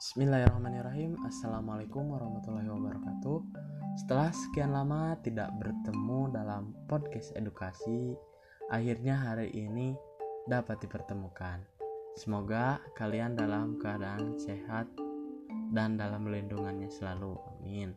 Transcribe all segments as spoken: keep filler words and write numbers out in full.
Bismillahirrahmanirrahim. Assalamualaikum warahmatullahi wabarakatuh. Setelah sekian lama tidak bertemu dalam podcast edukasi, akhirnya hari ini dapat dipertemukan. Semoga kalian dalam keadaan sehat dan dalam lindungannya selalu. Amin.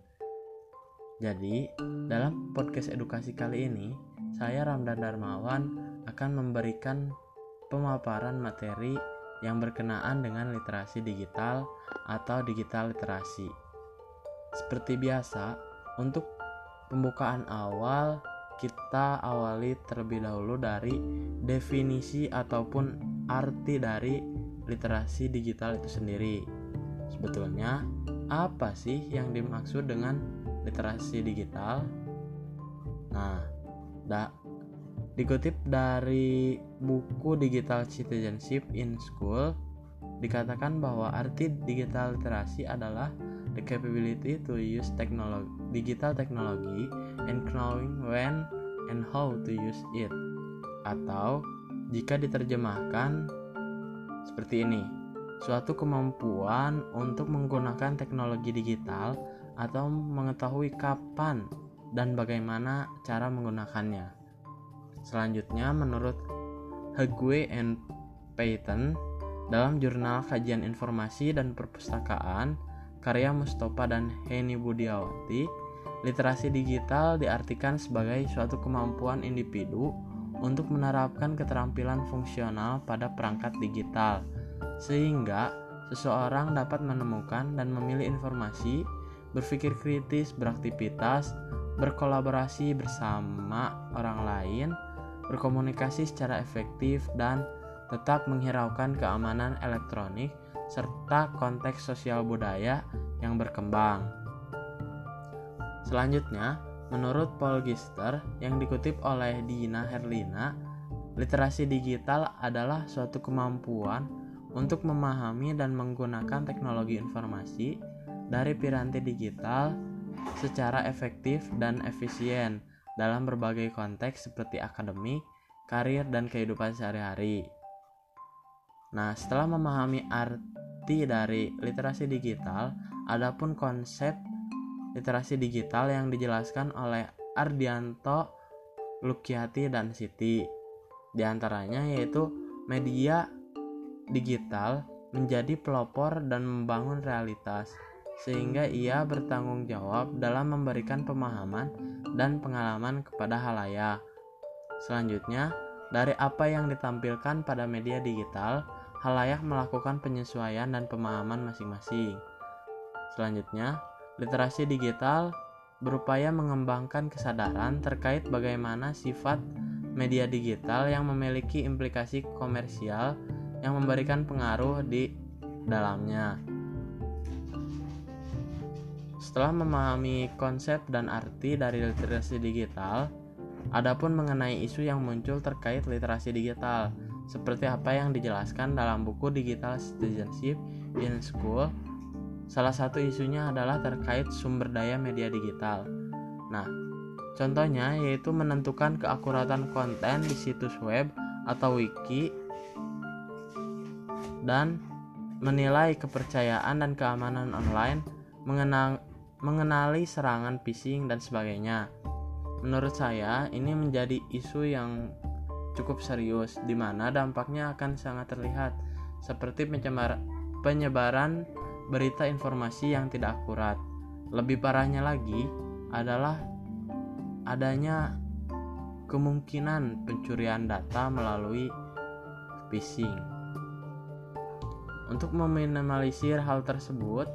Jadi, dalam podcast edukasi kali ini, saya Ramdan Darmawan akan memberikan pemaparan materi yang berkenaan dengan literasi digital atau digital literasi. Seperti biasa, untuk pembukaan awal kita awali terlebih dahulu dari definisi ataupun arti dari literasi digital itu sendiri. Sebetulnya, apa sih yang dimaksud dengan literasi digital? Nah, da Dikutip dari buku Digital Citizenship in School, dikatakan bahwa arti digital literasi adalah the capability to use technology, digital technology and knowing when and how to use it. Atau jika diterjemahkan seperti ini, suatu kemampuan untuk menggunakan teknologi digital atau mengetahui kapan dan bagaimana cara menggunakannya. Selanjutnya, menurut Hague and Payton dalam jurnal Kajian Informasi dan Perpustakaan karya Mustofa dan Heni Budiawati, literasi digital diartikan sebagai suatu kemampuan individu untuk menerapkan keterampilan fungsional pada perangkat digital sehingga seseorang dapat menemukan dan memilih informasi, berpikir kritis, beraktivitas, berkolaborasi bersama orang lain, berkomunikasi secara efektif, dan tetap menghiraukan keamanan elektronik serta konteks sosial budaya yang berkembang. Selanjutnya, menurut Paul Gister yang dikutip oleh Dina Herlina, literasi digital adalah suatu kemampuan untuk memahami dan menggunakan teknologi informasi dari piranti digital secara efektif dan efisien dalam berbagai konteks seperti akademik, karir, dan kehidupan sehari-hari. Nah, setelah memahami arti dari literasi digital, adapun konsep literasi digital yang dijelaskan oleh Ardianto, Lukiati, dan Siti. Di antaranya yaitu media digital menjadi pelopor dan membangun realitas, sehingga ia bertanggung jawab dalam memberikan pemahaman dan pengalaman kepada halayak. Selanjutnya, dari apa yang ditampilkan pada media digital, halayak melakukan penyesuaian dan pemahaman masing-masing. Selanjutnya, literasi digital berupaya mengembangkan kesadaran terkait bagaimana sifat media digital yang memiliki implikasi komersial yang memberikan pengaruh di dalamnya. Setelah memahami konsep dan arti dari literasi digital, adapun mengenai isu yang muncul terkait literasi digital, seperti apa yang dijelaskan dalam buku Digital Citizenship in School, salah satu isunya adalah terkait sumber daya media digital. Nah, contohnya yaitu menentukan keakuratan konten di situs web atau wiki dan menilai kepercayaan dan keamanan online, mengenal mengenali serangan phishing dan sebagainya. Menurut saya, ini menjadi isu yang cukup serius, di mana dampaknya akan sangat terlihat, seperti pencemar, penyebaran berita informasi yang tidak akurat. Lebih parahnya lagi adalah adanya kemungkinan pencurian data melalui phishing. Untuk meminimalisir hal tersebut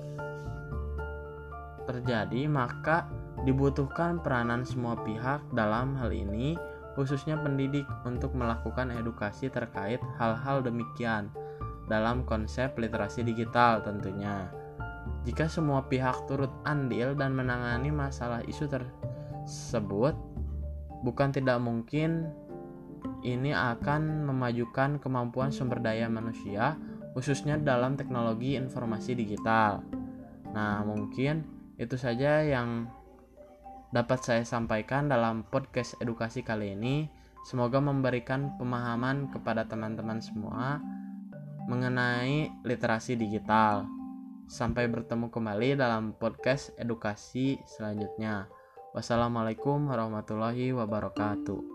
terjadi, maka dibutuhkan peranan semua pihak dalam hal ini, khususnya pendidik, untuk melakukan edukasi terkait hal-hal demikian dalam konsep literasi digital tentunya. Jika semua pihak turut andil dan menangani masalah isu tersebut, bukan tidak mungkin ini akan memajukan kemampuan sumber daya manusia, khususnya dalam teknologi informasi digital. Nah, mungkin itu saja yang dapat saya sampaikan dalam podcast edukasi kali ini. Semoga memberikan pemahaman kepada teman-teman semua mengenai literasi digital. Sampai bertemu kembali dalam podcast edukasi selanjutnya. Wassalamualaikum warahmatullahi wabarakatuh.